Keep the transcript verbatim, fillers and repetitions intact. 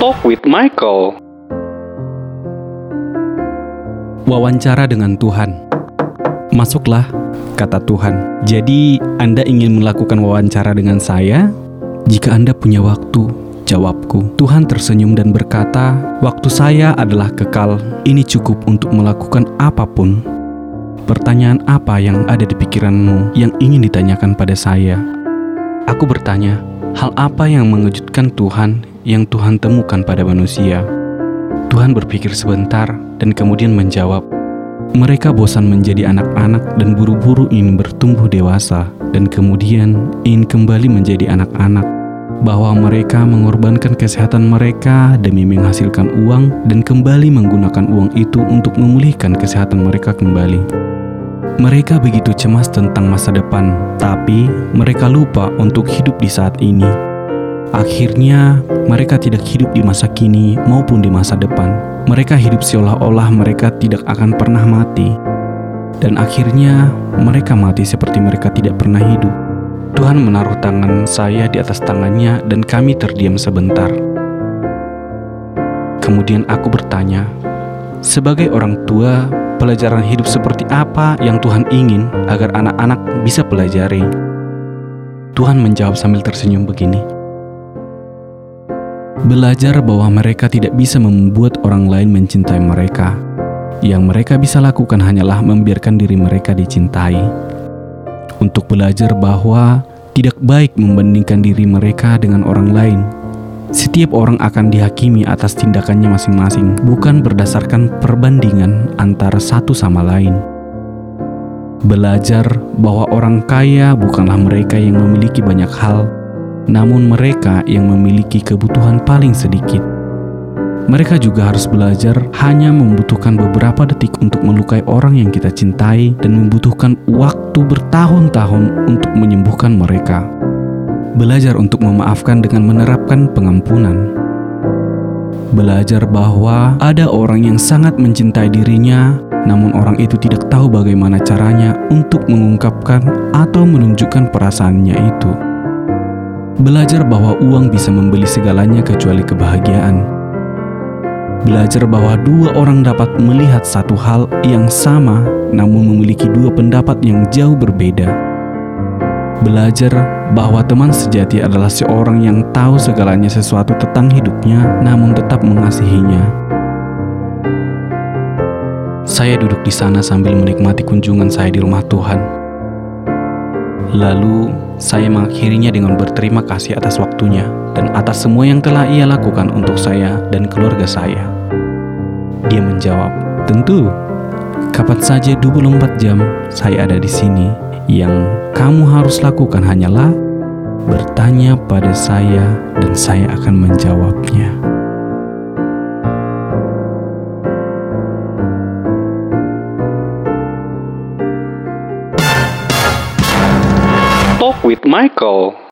Talk with Michael. Wawancara dengan Tuhan. Masuklah, kata Tuhan. Jadi, Anda ingin melakukan wawancara dengan saya? Jika Anda punya waktu, jawabku. Tuhan tersenyum dan berkata, waktu saya adalah kekal. Ini cukup untuk melakukan apapun. Pertanyaan apa yang ada di pikiranmu yang ingin ditanyakan pada saya? Aku bertanya, hal apa yang mengejutkan Tuhan yang Tuhan temukan pada manusia? Tuhan berpikir sebentar dan kemudian menjawab, mereka bosan menjadi anak-anak dan buru-buru ingin bertumbuh dewasa dan kemudian ingin kembali menjadi anak-anak. Bahwa mereka mengorbankan kesehatan mereka demi menghasilkan uang dan kembali menggunakan uang itu untuk memulihkan kesehatan mereka kembali. Mereka begitu cemas tentang masa depan, tapi mereka lupa untuk hidup di saat ini. Akhirnya, mereka tidak hidup di masa kini maupun di masa depan. Mereka hidup seolah-olah mereka tidak akan pernah mati. Dan akhirnya, mereka mati seperti mereka tidak pernah hidup. Tuhan menaruh tangan saya di atas tangannya dan kami terdiam sebentar. Kemudian aku bertanya, sebagai orang tua, pelajaran hidup seperti apa yang Tuhan ingin agar anak-anak bisa pelajari? Tuhan menjawab sambil tersenyum begini. Belajar bahwa mereka tidak bisa membuat orang lain mencintai mereka. Yang mereka bisa lakukan hanyalah membiarkan diri mereka dicintai. Untuk belajar bahwa tidak baik membandingkan diri mereka dengan orang lain. Setiap orang akan dihakimi atas tindakannya masing-masing, bukan berdasarkan perbandingan antara satu sama lain. Belajar bahwa orang kaya bukanlah mereka yang memiliki banyak hal, namun mereka yang memiliki kebutuhan paling sedikit. Mereka juga harus belajar hanya membutuhkan beberapa detik untuk melukai orang yang kita cintai dan membutuhkan waktu bertahun-tahun untuk menyembuhkan mereka. Belajar untuk memaafkan dengan menerapkan pengampunan. Belajar bahwa ada orang yang sangat mencintai dirinya, namun orang itu tidak tahu bagaimana caranya untuk mengungkapkan atau menunjukkan perasaannya itu. Belajar bahwa uang bisa membeli segalanya kecuali kebahagiaan. Belajar bahwa dua orang dapat melihat satu hal yang sama namun memiliki dua pendapat yang jauh berbeda. Belajar bahwa teman sejati adalah seorang yang tahu segalanya sesuatu tentang hidupnya namun tetap mengasihinya. Saya duduk di sana sambil menikmati kunjungan saya di rumah Tuhan. Lalu saya mengakhirinya dengan berterima kasih atas waktunya dan atas semua yang telah ia lakukan untuk saya dan keluarga saya. Dia menjawab, tentu, kapan saja dua puluh empat jam saya ada di sini. Yang kamu harus lakukan hanyalah bertanya pada saya dan saya akan menjawabnya.